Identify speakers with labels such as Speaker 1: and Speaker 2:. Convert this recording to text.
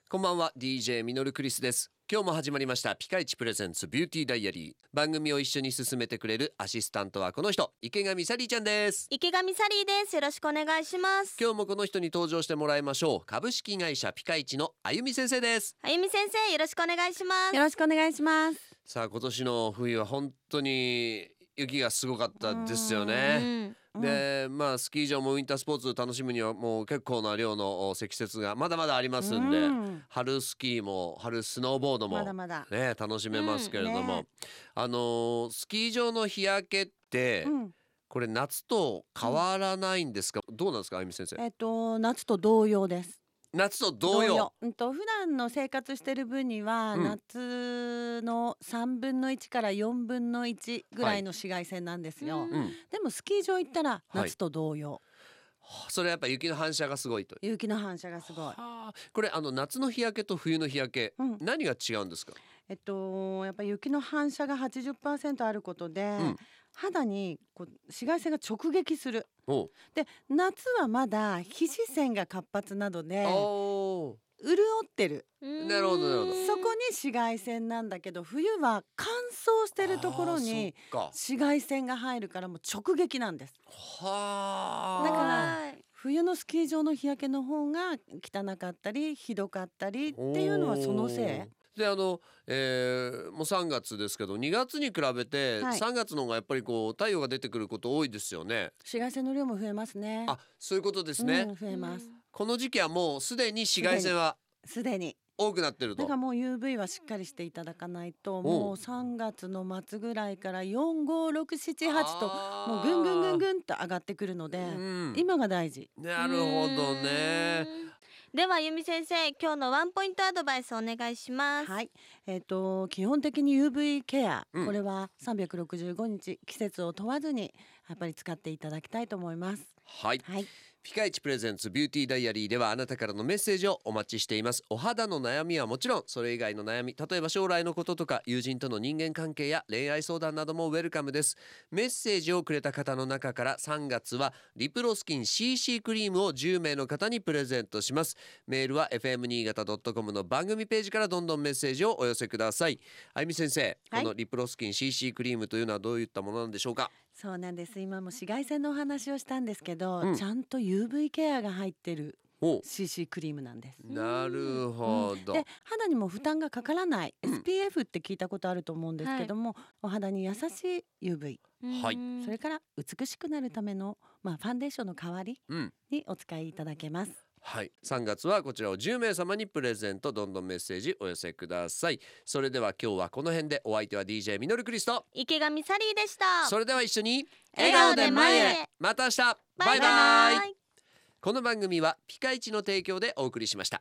Speaker 1: こんばんは、 DJ ミノルクリスです。今日も始まりましたピカイチプレゼンツビューティーダイアリー。番組を一緒に進めてくれるアシスタントはこの人、池上サリーちゃんです。
Speaker 2: 池上サリーです。よろしくお願いします。
Speaker 1: 今日もこの人に登場してもらいましょう。株式会社ピカイチのあゆみ先生です。
Speaker 2: あゆみ先生、よろしくお願いします。
Speaker 3: よろしくお願いします。
Speaker 1: さあ、今年の冬は本当に雪がすごかったですよね。で、スキー場もウィンタースポーツ楽しむにはもう結構な量の積雪がまだまだありますんで、春スキーも春スノーボードも、
Speaker 3: まだ
Speaker 1: 楽しめますけれども、スキー場の日焼けって、これ夏と変わらないんですか？どうなんですか、あゆみ先生。
Speaker 3: 夏と同様です。
Speaker 1: 夏と同様。
Speaker 3: 普段の生活してる分には、夏の3分の1から4分の1ぐらいの紫外線なんですよ。でもスキー場行ったら夏と同様。
Speaker 1: それやっぱ雪の反射がすごいと。
Speaker 3: 雪の反射がすごい。
Speaker 1: これ夏の日焼けと冬の日焼け、何が違うんですか？
Speaker 3: やっぱり雪の反射が 80% あることで、肌に紫外線が直撃する。で、夏はまだ皮脂腺が活発などで潤ってる。
Speaker 1: なるほどなるほど。
Speaker 3: そこに紫外線なんだけど、冬は乾燥してるところに紫外線が入るからもう直撃なんです。だから冬のスキー場の日焼けの方が汚かったりひどかったりっていうのはそのせい
Speaker 1: で、もう3月ですけど、2月に比べて3月の方がやっぱり太陽が出てくること多いですよね。
Speaker 3: 紫外線の量も増えますね。
Speaker 1: そういうことですね。
Speaker 3: 増えます。
Speaker 1: この時期はもうすでに紫外線は多くなってると。
Speaker 3: だからもう UV はしっかりしていただかないと、もう3月の末ぐらいから4、5、6、7、8ともうぐんと上がってくるので、今が大事。
Speaker 1: なるほどね。
Speaker 2: ではあゆみ先生、今日のワンポイントアドバイスお願いします。
Speaker 3: はい、基本的に UV ケア、これは365日季節を問わずにやっぱり使っていただきたいと思います。
Speaker 1: はい、ピカイチプレゼンツビューティーダイアリーではあなたからのメッセージをお待ちしています。お肌の悩みはもちろん、それ以外の悩み、例えば将来のこととか友人との人間関係や恋愛相談などもウェルカムです。メッセージをくれた方の中から3月はリプロスキン CC クリームを10名の方にプレゼントします。メールは fm 新潟 .com の番組ページからどんどんメッセージをお寄せください。あゆみ先生、このリプロスキン CC クリームというのはどういったものなんでしょうか？
Speaker 3: そうなんです。今も紫外線のお話をしたんですけど、ちゃんと UV ケアが入ってる CC クリームなんです。
Speaker 1: なるほど。
Speaker 3: で、肌にも負担がかからない SPF って聞いたことあると思うんですけども、お肌に優しい UV、それから美しくなるための、ファンデーションの代わりにお使いいただけます。
Speaker 1: 3月はこちらを10名様にプレゼント。どんどんメッセージお寄せください。それでは今日はこの辺で。お相手は DJ ミノルクリスト、
Speaker 2: 池上サリーでした。
Speaker 1: それでは一緒に
Speaker 2: 笑顔で前へ。
Speaker 1: また明日。バイバイ。この番組はピカイチの提供でお送りしました。